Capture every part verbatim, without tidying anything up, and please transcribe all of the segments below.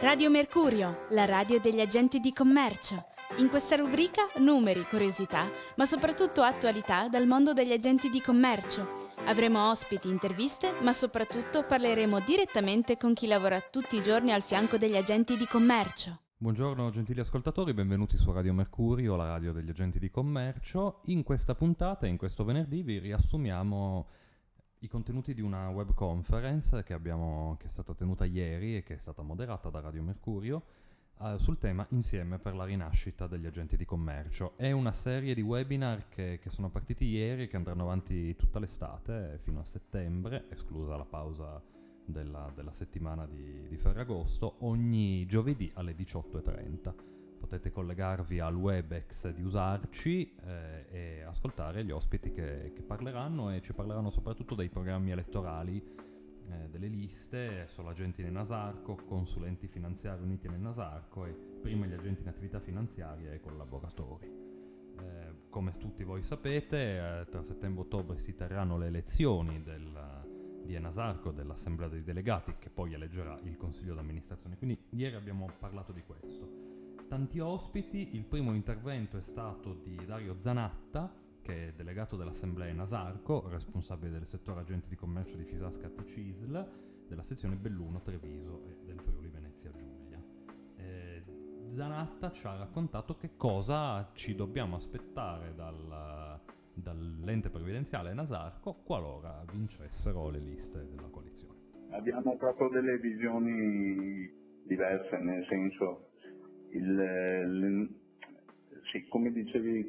Radio Mercurio, la radio degli agenti di commercio. In questa rubrica numeri, curiosità, ma soprattutto attualità dal mondo degli agenti di commercio. Avremo ospiti, interviste, ma soprattutto parleremo direttamente con chi lavora tutti i giorni al fianco degli agenti di commercio. Buongiorno gentili ascoltatori, benvenuti su Radio Mercurio, la radio degli agenti di commercio. In questa puntata, in questo venerdì, vi riassumiamo i contenuti di una web conference che, abbiamo, che è stata tenuta ieri e che è stata moderata da Radio Mercurio eh, sul tema Insieme per la rinascita degli agenti di commercio. È una serie di webinar che, che sono partiti ieri e che andranno avanti tutta l'estate, fino a settembre, esclusa la pausa della, della settimana di, di Ferragosto, ogni giovedì alle diciotto e trenta. Potete collegarvi al Webex di Usarci eh, e ascoltare gli ospiti che, che parleranno, e ci parleranno soprattutto dei programmi elettorali, eh, delle liste, solo agenti nel Nasarco, consulenti finanziari uniti nel Nasarco e prima gli agenti in attività finanziaria e collaboratori. Eh, come tutti voi sapete, eh, tra settembre e ottobre si terranno le elezioni del, di Enasarco, dell'Assemblea dei Delegati, che poi eleggerà il Consiglio d'amministrazione. Quindi ieri abbiamo parlato di questo. Tanti ospiti. Il primo intervento è stato di Dario Zanatta, che è delegato dell'Assemblea Enasarco, responsabile del settore agenti di commercio di Fisascat C I S L, della sezione Belluno, Treviso e del Friuli Venezia Giulia. Eh, Zanatta ci ha raccontato che cosa ci dobbiamo aspettare dal, dall'ente previdenziale Enasarco qualora vincessero le liste della coalizione. Abbiamo proprio delle visioni diverse, nel senso, il, il, sì, come dicevi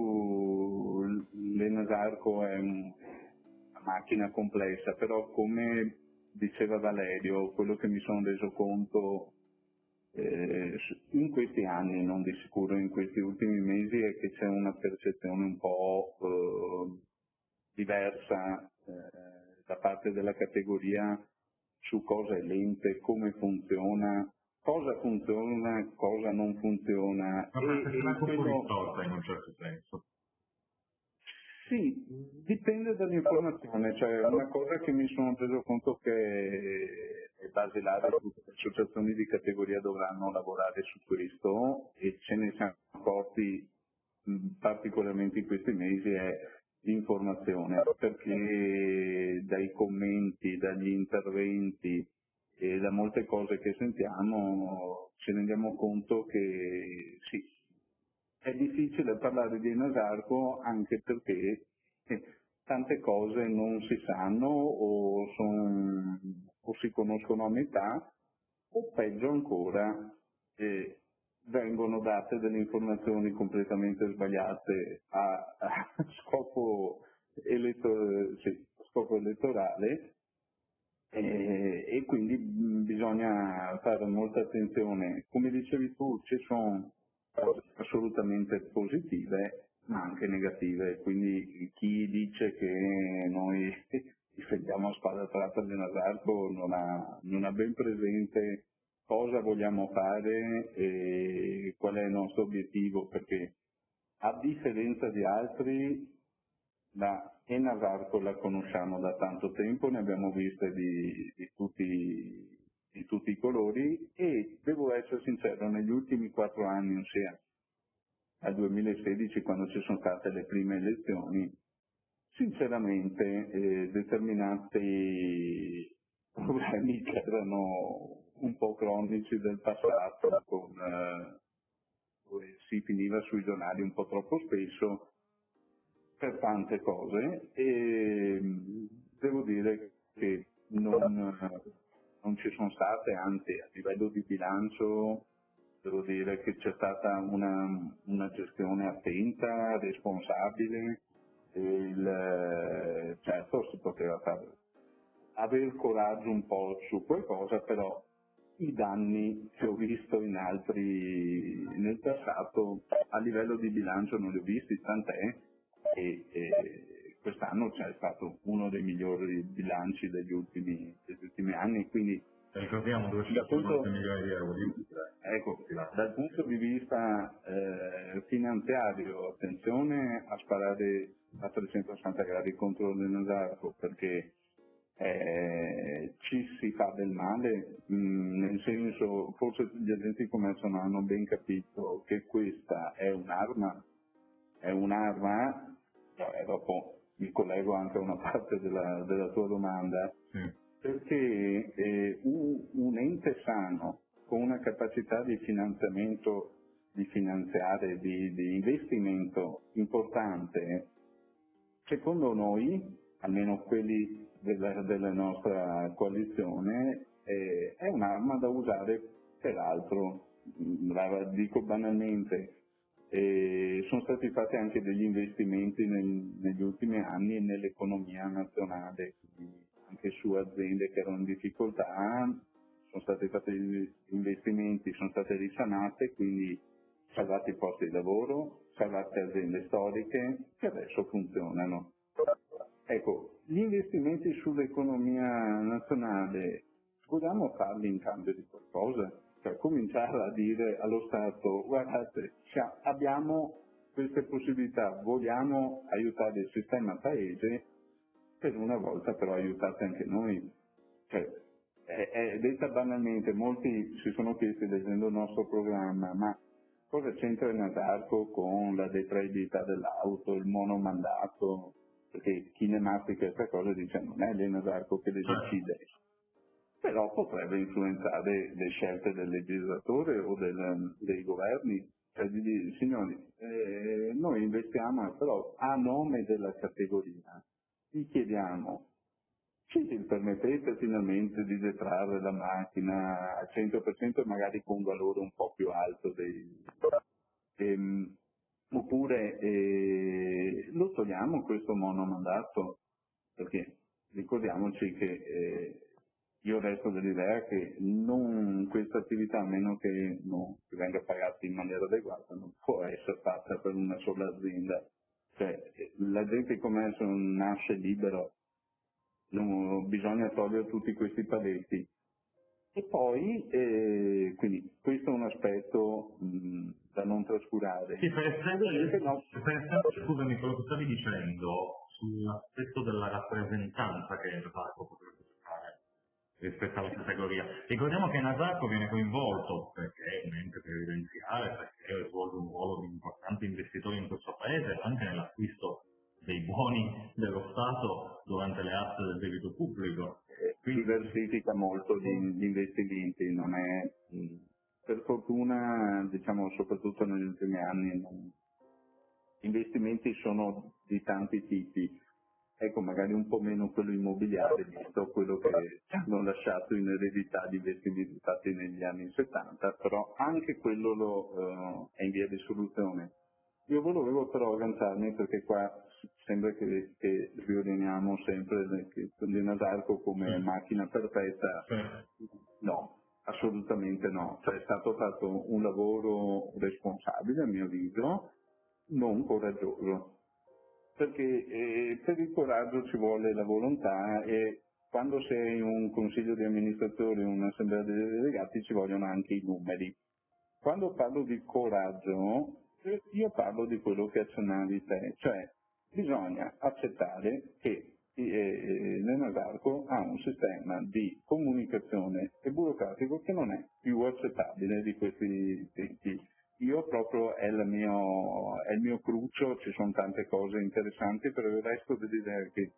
tu, l'Enasarco è una macchina complessa, però come diceva Valerio, quello che mi sono reso conto eh, in questi anni, non di sicuro in questi ultimi mesi, è che c'è una percezione un po' eh, diversa eh, da parte della categoria su cosa è l'ente, come funziona, cosa funziona, cosa non funziona. Ma e, è e quello... risolta in un certo senso. Sì, dipende dall'informazione, cioè una cosa che mi sono reso conto che è basilare, tutte le associazioni di categoria dovranno lavorare su questo e ce ne siamo accorti particolarmente in questi mesi, è l'informazione, perché dai commenti, dagli interventi e da molte cose che sentiamo ci rendiamo conto che sì, è difficile parlare di Enasarco anche perché eh, tante cose non si sanno o, son, o si conoscono a metà, o peggio ancora eh, vengono date delle informazioni completamente sbagliate a, a scopo, elettor- sì, a scopo elettorale. E, e quindi bisogna fare molta attenzione. Come dicevi tu, ci sono cose assolutamente positive ma anche negative, quindi chi dice che noi difendiamo a spada tratta l'Enasarco non ha, non ha ben presente cosa vogliamo fare e qual è il nostro obiettivo, perché a differenza di altri la Enasarco la conosciamo da tanto tempo, ne abbiamo viste di, di, tutti, di tutti i colori e devo essere sincero, negli ultimi quattro anni, ossia al duemilasedici quando ci sono state le prime elezioni, sinceramente eh, determinati problemi che erano un po' cronici del passato, con, eh, dove si finiva sui giornali un po' troppo spesso, per tante cose, e devo dire che non, non ci sono state, anzi a livello di bilancio devo dire che c'è stata una, una gestione attenta, responsabile, il, certo si poteva fare, avere il coraggio un po' su qualcosa, però i danni che ho visto in altri nel passato a livello di bilancio non li ho visti, tant'è e, e quest'anno c'è stato uno dei migliori bilanci degli ultimi, degli ultimi anni, quindi ricordiamo duecentonovanta milioni di euro di ecco, dal punto di vista eh, finanziario, attenzione a sparare a trecentosessanta gradi contro l'Enasarco, perché eh, ci si fa del male, mh, nel senso, forse gli agenti di commercio non hanno ben capito che questa è un'arma, è un'arma, e dopo mi collego anche a una parte della, della tua domanda, Sì. perché eh, un, un ente sano con una capacità di finanziamento, di finanziare, di, di investimento importante, secondo noi, almeno quelli della, della nostra coalizione, eh, è un'arma da usare per altro. La dico banalmente, eh, sono stati fatti anche degli investimenti nel, negli ultimi anni nell'economia nazionale, quindi anche su aziende che erano in difficoltà, sono stati fatti investimenti, sono state risanate, quindi salvati posti di lavoro, salvate aziende storiche che adesso funzionano. Ecco, gli investimenti sull'economia nazionale vogliamo farli in cambio di qualcosa? Cioè cominciare a dire allo Stato, guardate, abbiamo queste possibilità, vogliamo aiutare il sistema paese, per una volta però aiutate anche noi. Cioè, è, è detta banalmente, molti si sono chiesti leggendo il nostro programma, ma cosa c'entra il Nasarco con la detraibilità dell'auto, il monomandato? Perché chi ne mastica questa cosa dice non è l'Enasarco che le decide, però potrebbe influenzare le scelte del legislatore o del, dei governi. Cioè di dire, signori, eh, noi investiamo, però a nome della categoria vi chiediamo, ci permettete finalmente di detrarre la macchina al cento per cento e magari con un valore un po' più alto dei... Ehm, oppure eh, lo togliamo questo monomandato, perché ricordiamoci che eh, io resto dell'idea che non, questa attività, a meno che non che venga pagata in maniera adeguata, non può essere fatta per una sola azienda. Cioè, l'agente di commercio nasce libero, non, bisogna togliere tutti questi paletti. E poi, eh, quindi questo è un aspetto mh, da non trascurare. Sì, per estendere, no. per estendere, scusami, quello che stavi dicendo sull'aspetto della rappresentanza che il Nasarco potrebbe giocare rispetto alla categoria. Ricordiamo che Nasarco viene coinvolto perché è un ente previdenziale, perché svolge un ruolo di importante investitore in questo paese, anche nell'acquisto dei buoni dello Stato durante le aste del debito pubblico. Quindi diversifica molto gli, gli investimenti, non è, per fortuna, diciamo, soprattutto negli ultimi anni, non, investimenti sono di tanti tipi, ecco, magari un po' meno quello immobiliare, visto quello che ci hanno lasciato in eredità di investimenti fatti negli anni settanta, però anche quello lo, uh, è in via di soluzione. Io volevo però agganciarmi, perché qua sembra che, che riordiniamo sempre il Nasarco come macchina perfetta. No, assolutamente no. Cioè è stato fatto un lavoro responsabile, a mio avviso, non coraggioso. Perché eh, per il coraggio ci vuole la volontà e quando sei un consiglio di amministratori o un'assemblea dei delegati ci vogliono anche i numeri. Quando parlo di coraggio, io parlo di quello che accennavi te, cioè bisogna accettare che eh, l'Enasarco ha un sistema di comunicazione e burocratico che non è più accettabile di questi tempi. Io proprio è il mio, è il mio cruccio, ci sono tante cose interessanti, però il resto dell'idea che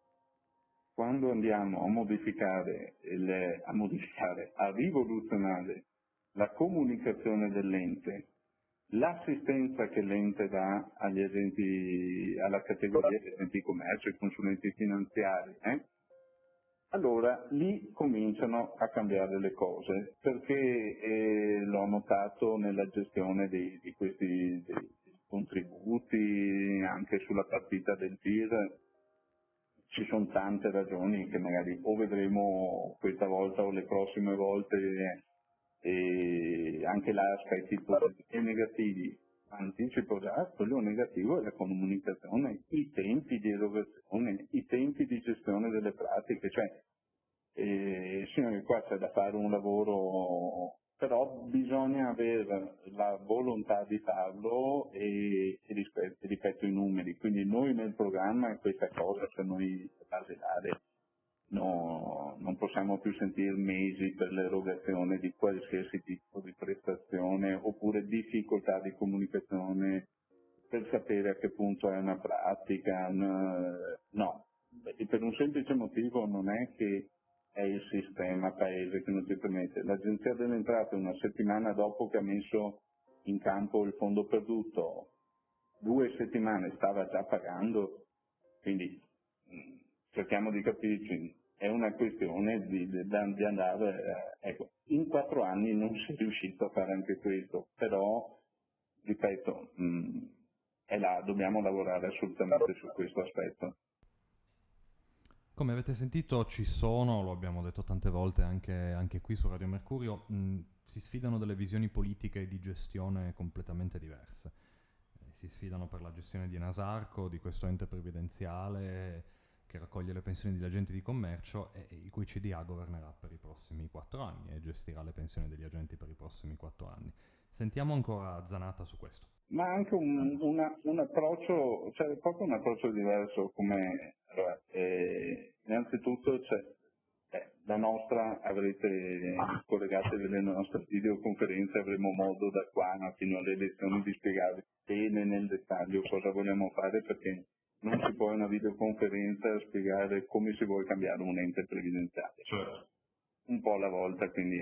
quando andiamo a modificare, il, a modificare, a rivoluzionare la comunicazione dell'ente, l'assistenza che l'ente dà agli agenti, alla categoria degli agenti di commercio, ai consulenti finanziari, eh? allora lì cominciano a cambiare le cose, perché eh, l'ho notato nella gestione di, di questi dei contributi, anche sulla partita del T I R, ci sono tante ragioni che magari o vedremo questa volta o le prossime volte, e anche là aspetti positivi e negativi. Anticipo già, quello negativo è la comunicazione, i tempi di erogazione, i tempi di gestione delle pratiche, cioè eh, signori, qua c'è da fare un lavoro, però bisogna avere la volontà di farlo e, e rispetto, rispetto ai numeri, quindi noi nel programma questa cosa per noi è basilare. no, non possiamo più sentire mesi per l'erogazione di qualsiasi tipo di prestazione oppure difficoltà di comunicazione per sapere a che punto è una pratica. No, e per un semplice motivo non è che è il sistema paese che non ti permette. L'Agenzia delle Entrate una settimana dopo che ha messo in campo il fondo perduto, due settimane stava già pagando, quindi mh, cerchiamo di capirci, è una questione di, di, di andare, eh, ecco, in quattro anni non si è riuscito a fare anche questo, però, ripeto, mh, è là, dobbiamo lavorare assolutamente su questo aspetto. Come avete sentito ci sono, lo abbiamo detto tante volte anche, anche qui su Radio Mercurio, mh, si sfidano delle visioni politiche e di gestione completamente diverse. Eh, si sfidano per la gestione di Enasarco, di questo ente previdenziale che raccoglie le pensioni degli agenti di commercio e, e il cui C D A governerà per i prossimi quattro anni e gestirà le pensioni degli agenti per i prossimi quattro anni. Sentiamo ancora Zanatta su questo. Ma anche un, una, un approccio, cioè proprio un approccio diverso come, allora, eh, innanzitutto c'è, eh, la nostra, avrete collegate delle nostre videoconferenze, avremo modo da qua fino alle elezioni di spiegare bene nel dettaglio cosa vogliamo fare, perché non si può in una videoconferenza spiegare come si vuole cambiare un ente previdenziale, Certo. un po' alla volta, quindi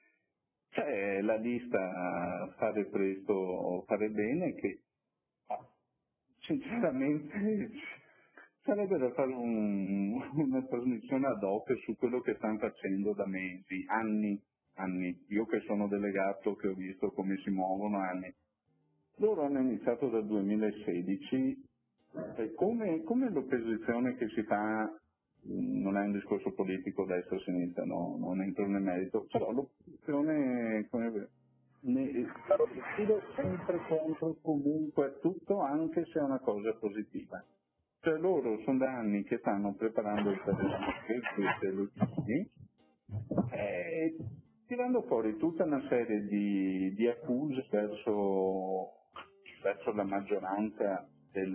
c'è la lista fare presto, fare bene, che ah, sinceramente sarebbe da fare un, una trasmissione ad hoc su quello che stanno facendo da mesi, anni, anni. Io che sono delegato, che ho visto come si muovono anni. Loro hanno iniziato dal duemilasedici, e come, come l'opposizione che si fa, non è un discorso politico destra o sinistra, no, non entro nel merito, però l'opposizione, come ne, tiro sempre contro comunque tutto, anche se è una cosa positiva. Cioè loro sono da anni che stanno preparando il terreno per queste elezioni e tirando fuori tutta una serie di, di accuse verso, verso la maggioranza del,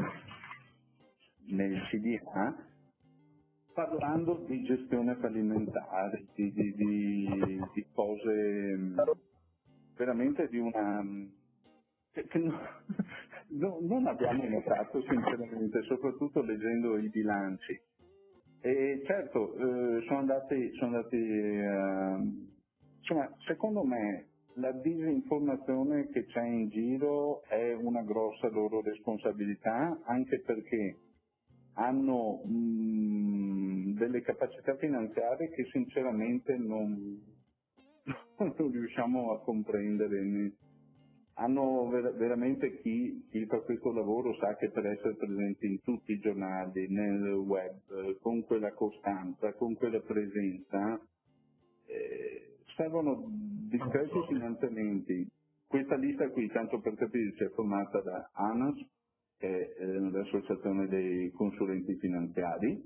nel C D A, parlando di gestione fallimentare, di, di, di, di cose veramente di una che, che no, no, non abbiamo notato sinceramente, soprattutto leggendo i bilanci. E certo, eh, sono andati, sono andati eh, insomma, secondo me la disinformazione che c'è in giro è una grossa loro responsabilità, anche perché hanno mh, delle capacità finanziarie che sinceramente non, non riusciamo a comprendere. Hanno ver- veramente chi, chi fa questo lavoro sa che per essere presenti in tutti i giornali, nel web, con quella costanza, con quella presenza, eh, servono discreti finanziamenti. Questa lista qui, tanto per capirci, è formata da ANAS, che è l'associazione dei consulenti finanziari,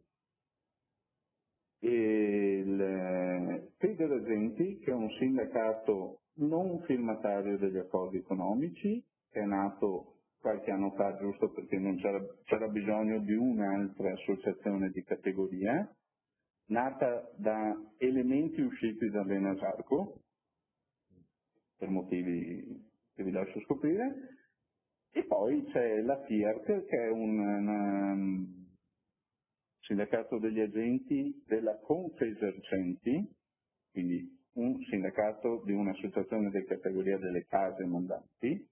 e il Federagenti, che è un sindacato non firmatario degli accordi economici, che è nato qualche anno fa giusto perché non c'era, c'era bisogno di un'altra associazione di categoria, nata da elementi usciti dall'Enasarco, per motivi che vi lascio scoprire, e poi c'è la FIARC, che è un, un sindacato degli agenti della Confesercenti, quindi un sindacato di un'associazione di categoria delle case mandanti,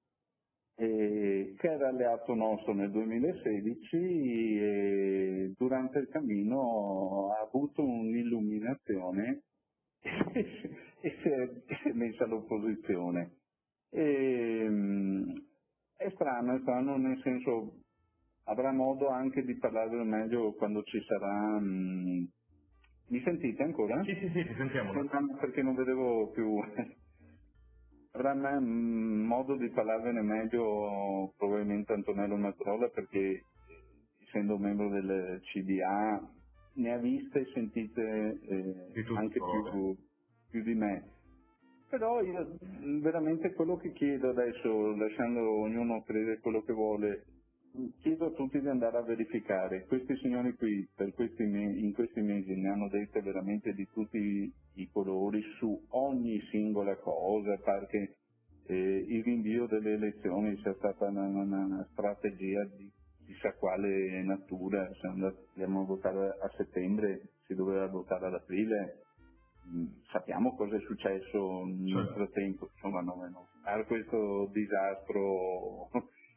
e che era alleato nostro nel duemilasedici e durante il cammino ha avuto un'illuminazione e si è, si è messa all'opposizione. E, è strano, è strano nel senso, avrà modo anche di parlarne meglio quando ci sarà. Mh, mi sentite ancora? Sì, sì, sì, ti sentiamo. Perché non vedevo più. Avrà mh, modo di parlarvene meglio probabilmente Antonello Matrolla, perché essendo membro del C D A ne ha viste e sentite eh, anche più, più di me. Però io veramente quello che chiedo adesso, lasciando ognuno credere quello che vuole, chiedo a tutti di andare a verificare. Questi signori qui per questi me- in questi mesi ne hanno dette veramente di tutti i colori su ogni singola cosa, pare che eh, il rinvio delle elezioni sia stata una, una strategia di chissà quale natura. Se andiamo a votare a settembre, si doveva votare ad aprile. Sappiamo cosa è successo nel certo. frattempo, insomma, non, non fare questo disastro.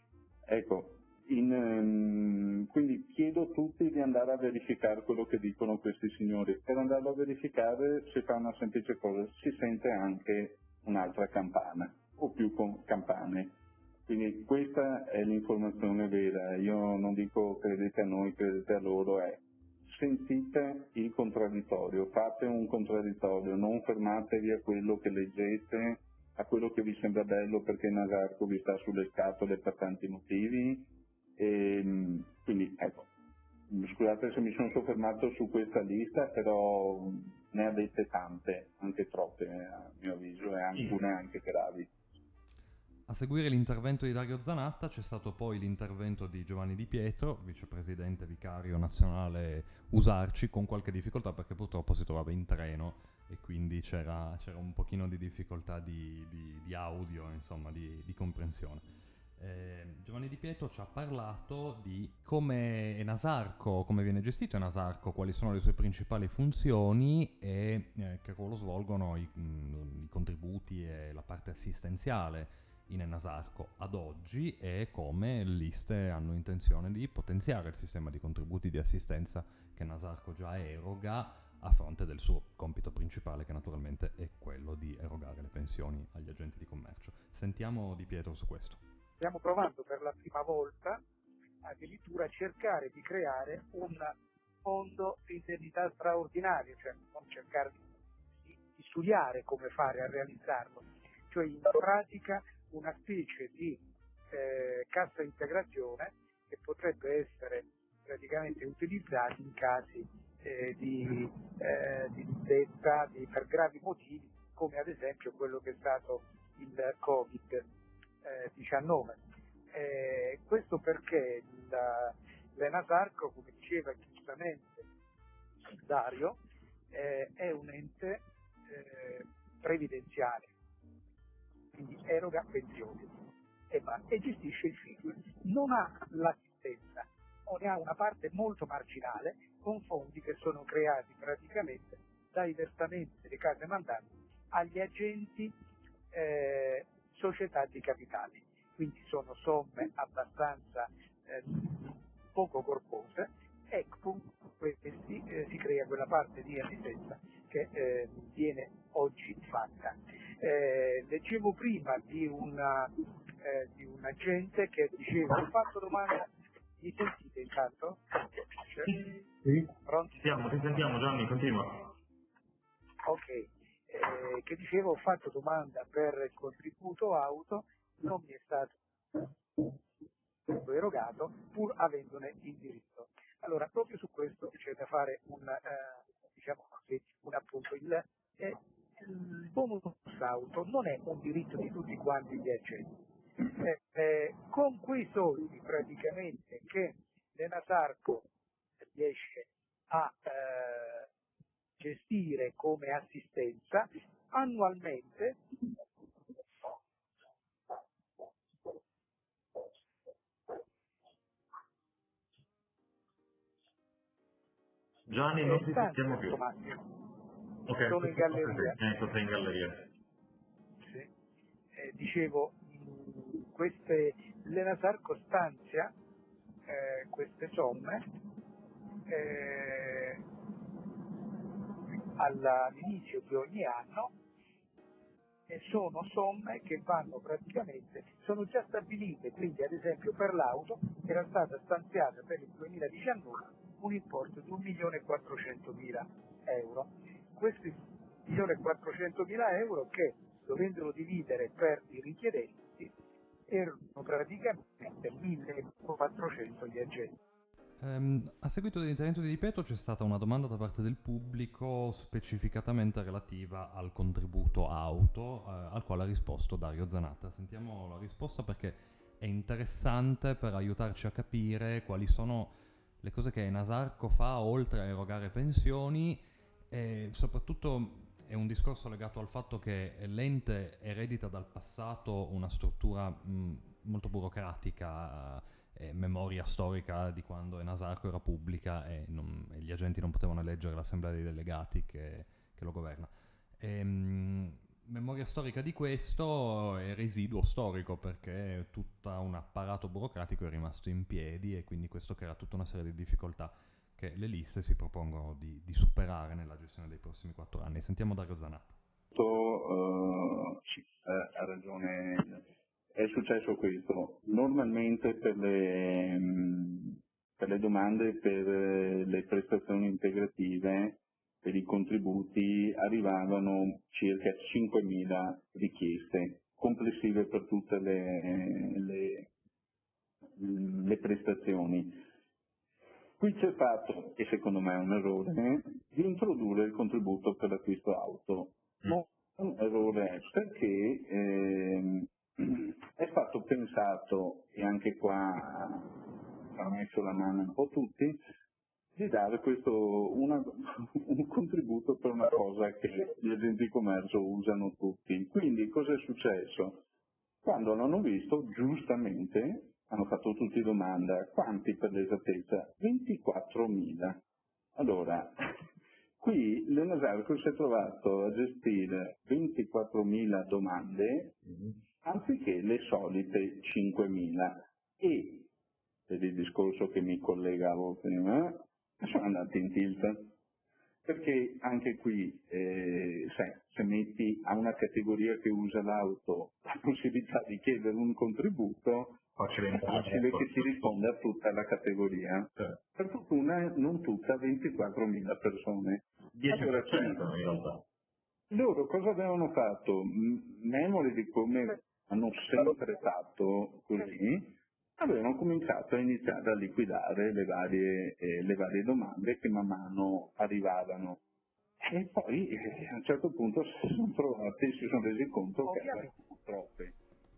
Ecco, in, um, quindi chiedo a tutti di andare a verificare quello che dicono questi signori. Per andarlo a verificare si fa una semplice cosa, si sente anche un'altra campana o più con campane. Quindi questa è l'informazione vera. Io non dico credete a noi, credete a loro, è sentite il contraddittorio, fate un contraddittorio, non fermatevi a quello che leggete, a quello che vi sembra bello perché Nasarco vi sta sulle scatole per tanti motivi. E, quindi ecco, scusate se mi sono soffermato su questa lista, però ne avete tante, anche troppe a mio avviso, e alcune anche gravi. A seguire l'intervento di Dario Zanatta c'è stato poi l'intervento di Giovanni Di Pietro, vicepresidente vicario nazionale Usarci, con qualche difficoltà perché purtroppo si trovava in treno e quindi c'era, c'era un pochino di difficoltà di, di, di audio, insomma, di, di comprensione. Eh, Giovanni Di Pietro ci ha parlato di come è Nasarco, come viene gestito Nasarco, quali sono le sue principali funzioni e eh, che ruolo svolgono i, mh, i contributi e la parte assistenziale in Nasarco ad oggi e come l'Iste hanno intenzione di potenziare il sistema di contributi di assistenza che Nasarco già eroga a fronte del suo compito principale, che naturalmente è quello di erogare le pensioni agli agenti di commercio. Sentiamo Di Pietro su questo. Stiamo provando per la prima volta addirittura a cercare di creare un fondo di indennità straordinario, cioè non cercare di, di studiare come fare a realizzarlo, cioè in pratica una specie di eh, cassa integrazione che potrebbe essere praticamente utilizzata in casi eh, di, eh, di disdetta di, per gravi motivi, come ad esempio quello che è stato il covid diciannove. Eh, questo perché la, l'Enasarco, come diceva giustamente Dario, eh, è un ente eh, previdenziale, quindi eroga pensioni e, e gestisce il figlio. Non ha l'assistenza, o ne ha una parte molto marginale con fondi che sono creati praticamente dai versamenti delle case mandanti agli agenti eh, società di capitali, quindi sono somme abbastanza eh, poco corpose e con questi eh, si crea quella parte di assistenza che eh, viene oggi fatta. Eh, leggevo prima di, una, eh, di un agente che diceva, ho fatto domanda, mi sentite intanto? Sì, pronto? Sentiamo, ti sentiamo Gianni, continua. Ok. Eh, che dicevo, ho fatto domanda per il contributo auto, non mi è stato erogato pur avendone il diritto. Allora, proprio su questo c'è da fare un, eh, diciamo così, un appunto. Il, eh, il bonus auto non è un diritto di tutti quanti gli agenti. Eh, eh, con quei soldi praticamente che l'Enasarco riesce a eh, gestire come assistenza annualmente Gianni, non ti sentiamo più. Okay, sono in galleria. Ecco, sei in galleria. Sì. Eh, dicevo, queste, l'Enasarco stanzia eh, queste somme eh, all'inizio di ogni anno e sono somme che vanno praticamente, sono già stabilite, quindi ad esempio per l'auto era stata stanziata per il duemiladiciannove un importo di un milione e quattrocentomila euro. Questi un milione e quattrocentomila euro che, dovendolo dividere per i richiedenti, erano praticamente millequattrocento gli agenti. Um, a seguito dell'intervento di Di Pietro c'è stata una domanda da parte del pubblico specificatamente relativa al contributo auto, eh, al quale ha risposto Dario Zanatta. Sentiamo la risposta perché è interessante per aiutarci a capire quali sono le cose che Enasarco fa oltre a erogare pensioni, e soprattutto è un discorso legato al fatto che l'ente eredita dal passato una struttura mh, molto burocratica, eh, memoria storica di quando Enasarco era pubblica e, non, e gli agenti non potevano eleggere l'assemblea dei delegati che, che lo governa. E, mh, memoria storica di questo è residuo storico, perché tutto un apparato burocratico è rimasto in piedi e quindi questo crea tutta una serie di difficoltà che le liste si propongono di, di superare nella gestione dei prossimi quattro anni. Sentiamo Dario Zanatta. Uh, sì, eh, ha ragione. È successo questo. Normalmente per le, mh, per le domande per le prestazioni integrative, per i contributi, arrivavano circa cinquemila richieste complessive per tutte le, le, le prestazioni. Qui c'è fatto, e secondo me è un errore, di introdurre il contributo per l'acquisto auto. Non è un errore perché eh, è stato pensato, e anche qua hanno messo la mano un po' tutti, di dare questo una, un contributo per una cosa che gli agenti di commercio usano tutti. Quindi cosa è successo? Quando l'hanno visto, giustamente, hanno fatto tutti domanda, quanti per l'esattezza? ventiquattromila. Allora, qui l'Enasarco si è trovato a gestire ventiquattromila domande anziché le solite cinquemila, e per il discorso che mi collegavo prima, sono andati in tilt. Perché anche qui, eh, sai, se metti a una categoria che usa l'auto la possibilità di chiedere un contributo, è facile che ti risponda a tutta la categoria. Sì. Per fortuna non tutta, ventiquattromila persone. dieci per cento allora, in realtà. Loro cosa avevano fatto? Memori di come hanno sempre fatto così, avevano cominciato a iniziare a liquidare le varie, eh, le varie domande che man mano arrivavano. E poi eh, a un certo punto si sono trovati e si sono resi conto che erano troppe.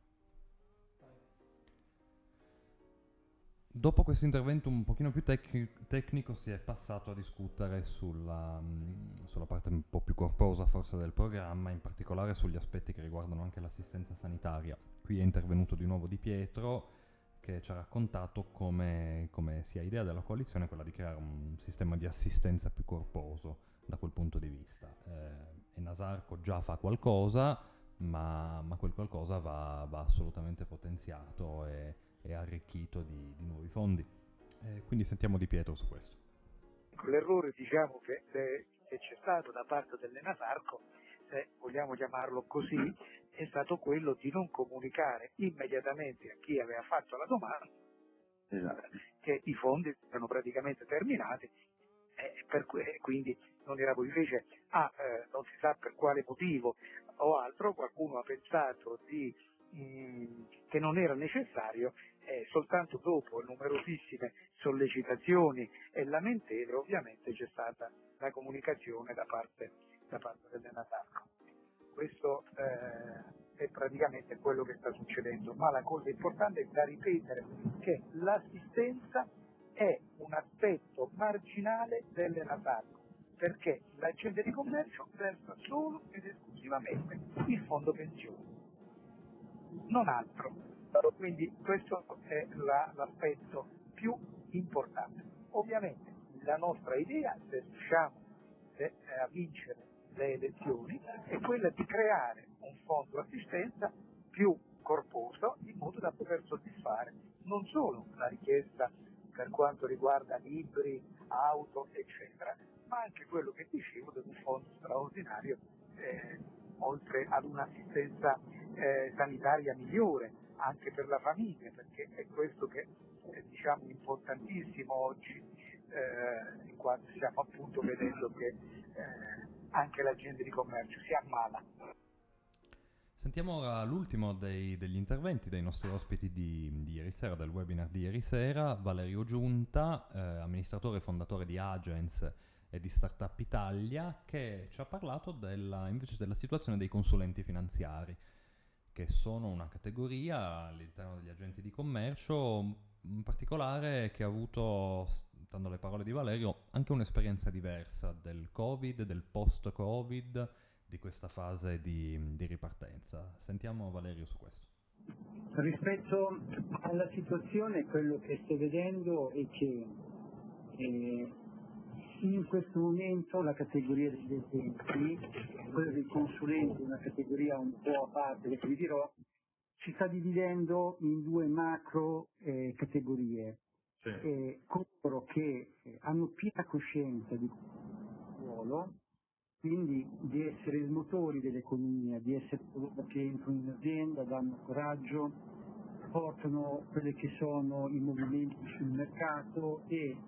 Dopo questo intervento un pochino più tec- tecnico si è passato a discutere sulla, mh, sulla parte un po' più corposa forse del programma, in particolare sugli aspetti che riguardano anche l'assistenza sanitaria. Qui è intervenuto di nuovo Di Pietro, che ci ha raccontato come, come sia idea della coalizione quella di creare un sistema di assistenza più corposo da quel punto di vista. Eh, Enasarco già fa qualcosa, ma, ma quel qualcosa va, va assolutamente potenziato e, e arricchito di, di nuovi fondi. Eh, quindi sentiamo Di Pietro su questo. L'errore, diciamo, che, che c'è stato da parte dell'Enasarco, se vogliamo chiamarlo così, è stato quello di non comunicare immediatamente a chi aveva fatto la domanda esatto. che i fondi erano praticamente terminati, e per cui, quindi non era poi invece ah, eh, non si sa per quale motivo o altro, qualcuno ha pensato di, mh, che non era necessario, eh, soltanto dopo numerosissime sollecitazioni e lamentele ovviamente c'è stata la comunicazione da parte, da parte dell'Enasarco. Questo eh, è praticamente quello che sta succedendo, ma la cosa importante è da ripetere che l'assistenza è un aspetto marginale dell'Enasarco, perché l'agente di commercio versa solo ed esclusivamente il fondo pensioni, non altro. Quindi questo è la, l'aspetto più importante. Ovviamente la nostra idea, se riusciamo se, eh, a vincere le elezioni, è quella di creare un fondo assistenza più corposo in modo da poter soddisfare non solo la richiesta per quanto riguarda libri, auto, eccetera, ma anche quello che dicevo di un fondo straordinario, eh, oltre ad un'assistenza eh, sanitaria migliore anche per la famiglia, perché è questo che è diciamo importantissimo oggi, eh, in quanto stiamo appunto vedendo che eh, anche la gente di commercio si ammala. Sentiamo ora l'ultimo dei, degli interventi dei nostri ospiti di, di ieri sera, del webinar di ieri sera, Valerio Giunta, eh, amministratore e fondatore di Agens e di Startup Italia, che ci ha parlato della, invece della situazione dei consulenti finanziari, che che sono una categoria all'interno degli agenti di commercio, in particolare che ha avuto, stando alle parole di Valerio, anche un'esperienza diversa del Covid, del post-Covid, di questa fase di, di ripartenza. Sentiamo Valerio su questo. Rispetto alla situazione, quello che sto vedendo è che eh, in questo momento la categoria degli agenti, quella dei consulenti, una categoria un po' a parte che vi dirò, si sta dividendo in due macro eh, categorie. Sì. Eh, coloro che eh, hanno piena coscienza di questo ruolo, quindi di essere i motori dell'economia, di essere coloro che entrano in azienda, danno coraggio, portano quelli che sono i movimenti sul mercato e eh,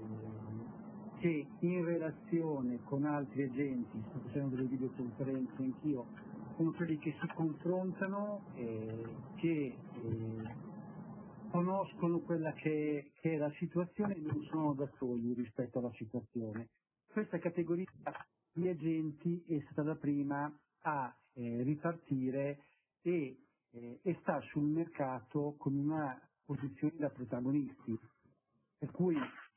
che in relazione con altri agenti, sto facendo delle videoconferenze anch'io, sono quelli che si confrontano, eh, che eh, conoscono quella che, che è la situazione e non sono da soli rispetto alla situazione. Questa categoria di agenti è stata la prima a eh, ripartire e, eh, e sta sul mercato con una posizione da protagonisti, per cui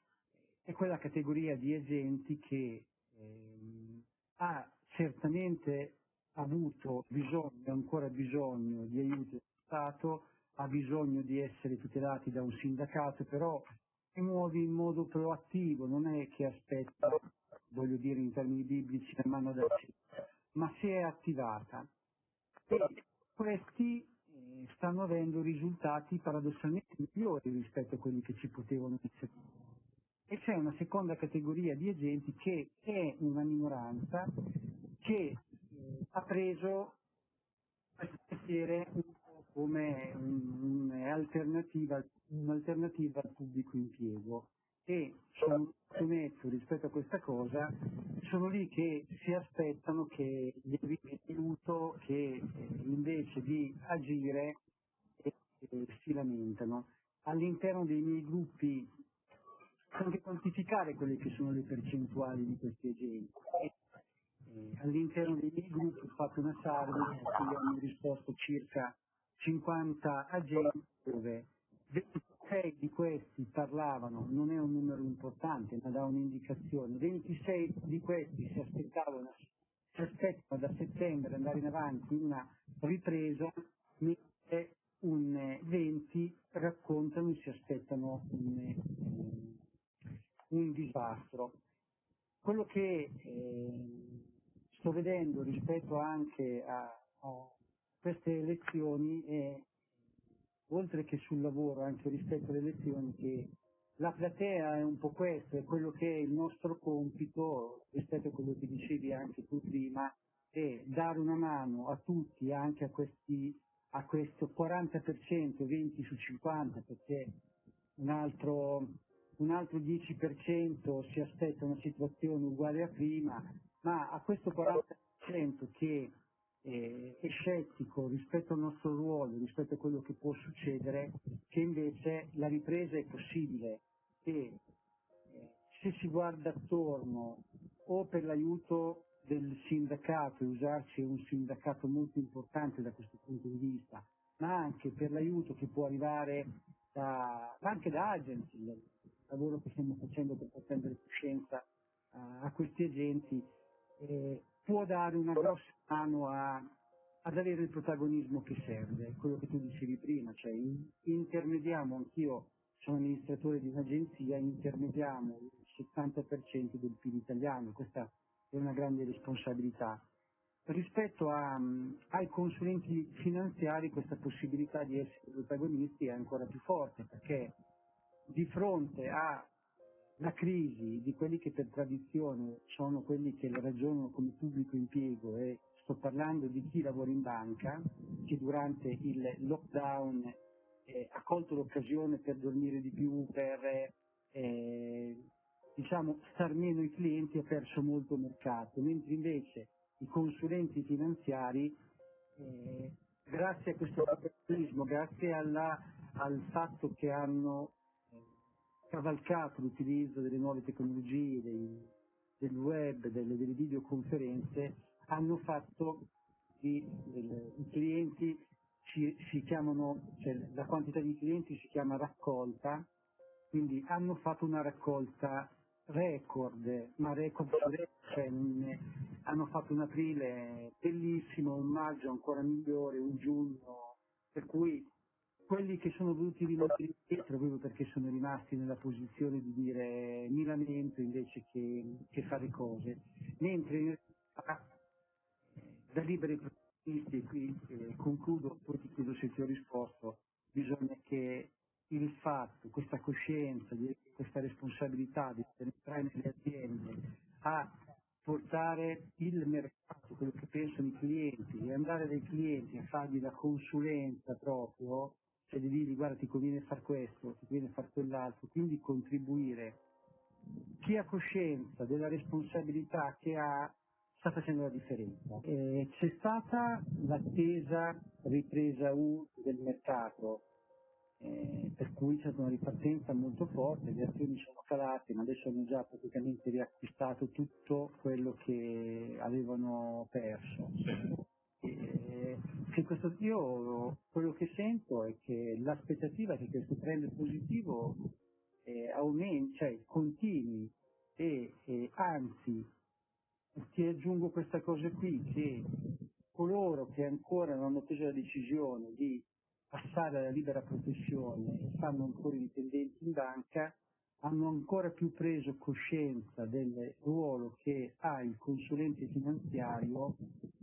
è quella categoria di agenti che eh, ha certamente avuto bisogno, ancora bisogno di aiuto dello Stato, ha bisogno di essere tutelati da un sindacato, però si muove in modo proattivo, non è che aspetta, voglio dire in termini biblici, la mano del cielo, ma si è attivata. E questi eh, stanno avendo risultati paradossalmente migliori rispetto a quelli che ci potevano essere. E c'è una seconda categoria di agenti che è una minoranza che eh, ha preso questo mestiere un po' come un'alternativa, un'alternativa al pubblico impiego e sono netto rispetto a questa cosa, sono lì che si aspettano che gli arrivi aiuto, che eh, invece di agire eh, eh, si lamentano. All'interno dei miei gruppi anche quantificare quelle che sono le percentuali di questi agenti. Eh, all'interno dei miei gruppi ho fatto una survey a cui hanno risposto circa cinquanta agenti, dove ventisei di questi parlavano, non è un numero importante ma dà un'indicazione, ventisei di questi si aspettavano, si aspettano da settembre andare in avanti una ripresa, mentre un venti raccontano e si aspettano un un disastro. Quello che eh, sto vedendo rispetto anche a, a queste elezioni è, oltre che sul lavoro, anche rispetto alle elezioni, che la platea è un po' questo, è quello che è il nostro compito, rispetto a quello che dicevi anche tu prima, è dare una mano a tutti, anche a questi a questo quaranta per cento, venti su cinquanta, perché un altro un altro dieci per cento si aspetta una situazione uguale a prima, ma a questo quaranta per cento che eh, è scettico rispetto al nostro ruolo, rispetto a quello che può succedere, che invece la ripresa è possibile e eh, se si guarda attorno o per l'aiuto del sindacato, e usarci un sindacato molto importante da questo punto di vista, ma anche per l'aiuto che può arrivare da, anche da agency, il lavoro che stiamo facendo per prendere coscienza uh, a questi agenti, eh, può dare una grossa mano a, ad avere il protagonismo che serve, quello che tu dicevi prima, cioè in, intermediamo, anch'io sono amministratore di un'agenzia, intermediamo il settanta per cento del P I L italiano, questa è una grande responsabilità. Rispetto a, ai consulenti finanziari questa possibilità di essere protagonisti è ancora più forte, perché di fronte alla crisi di quelli che per tradizione sono quelli che ragionano come pubblico impiego, e sto parlando di chi lavora in banca, che durante il lockdown eh, ha colto l'occasione per dormire di più, per eh, diciamo star meno i clienti, ha perso molto mercato, mentre invece i consulenti finanziari, eh, grazie a questo capitalismo, grazie alla, al fatto che hanno eh, cavalcato l'utilizzo delle nuove tecnologie, dei, del web, delle, delle videoconferenze, hanno fatto i, il, i clienti si, si chiamano, cioè la quantità di clienti si chiama raccolta, quindi hanno fatto una raccolta record, ma record su record, cioè, mh, hanno fatto un aprile bellissimo, un maggio ancora migliore, un giugno, per cui quelli che sono venuti venuti dietro proprio perché sono rimasti nella posizione di dire mi lamento invece che, che fare cose, mentre in realtà da liberi professionisti, e qui eh, concludo, poi ti chiedo se ti ho risposto, bisogna che il fatto, questa coscienza, di questa responsabilità di entrare nelle aziende a portare il mercato, quello che pensano i clienti, e andare dai clienti a fargli la consulenza proprio, cioè di dirgli guarda ti conviene fare questo, ti conviene fare quell'altro, quindi contribuire. Chi ha coscienza della responsabilità che ha sta facendo la differenza. Eh, c'è stata l'attesa ripresa U del mercato, eh, per cui c'è stata una ripartenza molto forte, le azioni sono calate, ma adesso hanno già praticamente riacquistato tutto quello che avevano perso. Eh, che questo, io quello che sento è che l'aspettativa è che questo trend positivo eh, aumenti, cioè continui e eh, anzi ti aggiungo questa cosa qui, che coloro che ancora non hanno preso la decisione di passare alla libera professione e stanno ancora dipendenti in banca hanno ancora più preso coscienza del ruolo che ha il consulente finanziario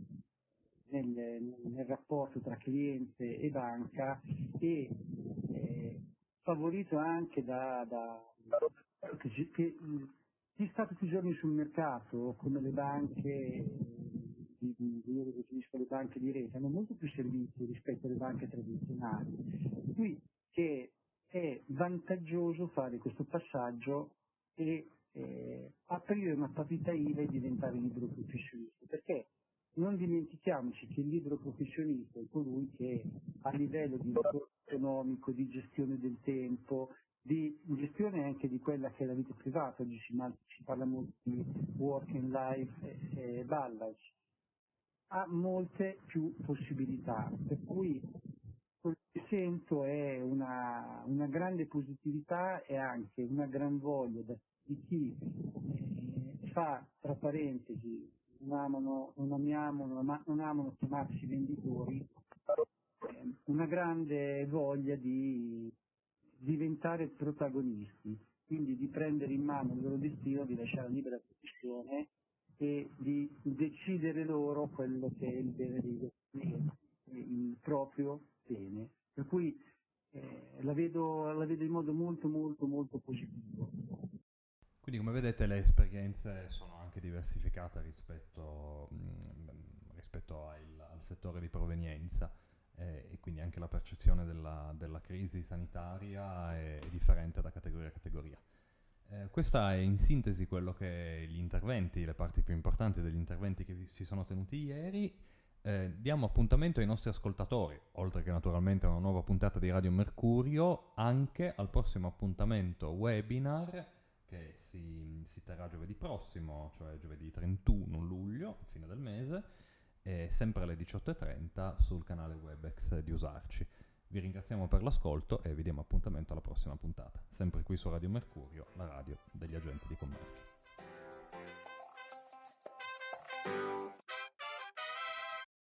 nel, nel rapporto tra cliente e banca e eh, favorito anche da, da che, che chi è stato più giorni sul mercato, come le banche, di, di, io le definisco le banche di rete, hanno molto più servizi rispetto alle banche tradizionali. Qui che è vantaggioso fare questo passaggio e eh, aprire una partita I V A e diventare libero professionista, perché non dimentichiamoci che il libero professionista è colui che a livello di risorse economico, di gestione del tempo, di gestione anche di quella che è la vita privata, oggi si, si parla molto di work and life e, e balance, ha molte più possibilità, per cui quello che sento è una, una grande positività e anche una gran voglia da, di chi eh, fa, tra parentesi, non amano, non amiamo, non, ama, non amano chiamarsi venditori, eh, una grande voglia di diventare protagonisti, quindi di prendere in mano il loro destino, di lasciare libera professione e di decidere loro quello che è il bene dei clienti, il proprio bene. Per cui eh, la, vedo, la vedo in modo molto molto molto positivo. Quindi come vedete le esperienze sono anche diversificate rispetto, mh, rispetto al, al settore di provenienza. E quindi anche la percezione della, della crisi sanitaria è, è differente da categoria a categoria. Eh, questa è in sintesi quello che gli interventi, le parti più importanti degli interventi che si sono tenuti ieri. Eh, diamo appuntamento ai nostri ascoltatori, oltre che naturalmente a una nuova puntata di Radio Mercurio, anche al prossimo appuntamento webinar che si, si terrà giovedì prossimo, cioè giovedì trentuno luglio, fine del mese, e sempre alle diciotto e trenta sul canale Webex di Usarci. Vi ringraziamo per l'ascolto e vi diamo appuntamento alla prossima puntata, sempre qui su Radio Mercurio, la radio degli agenti di commercio.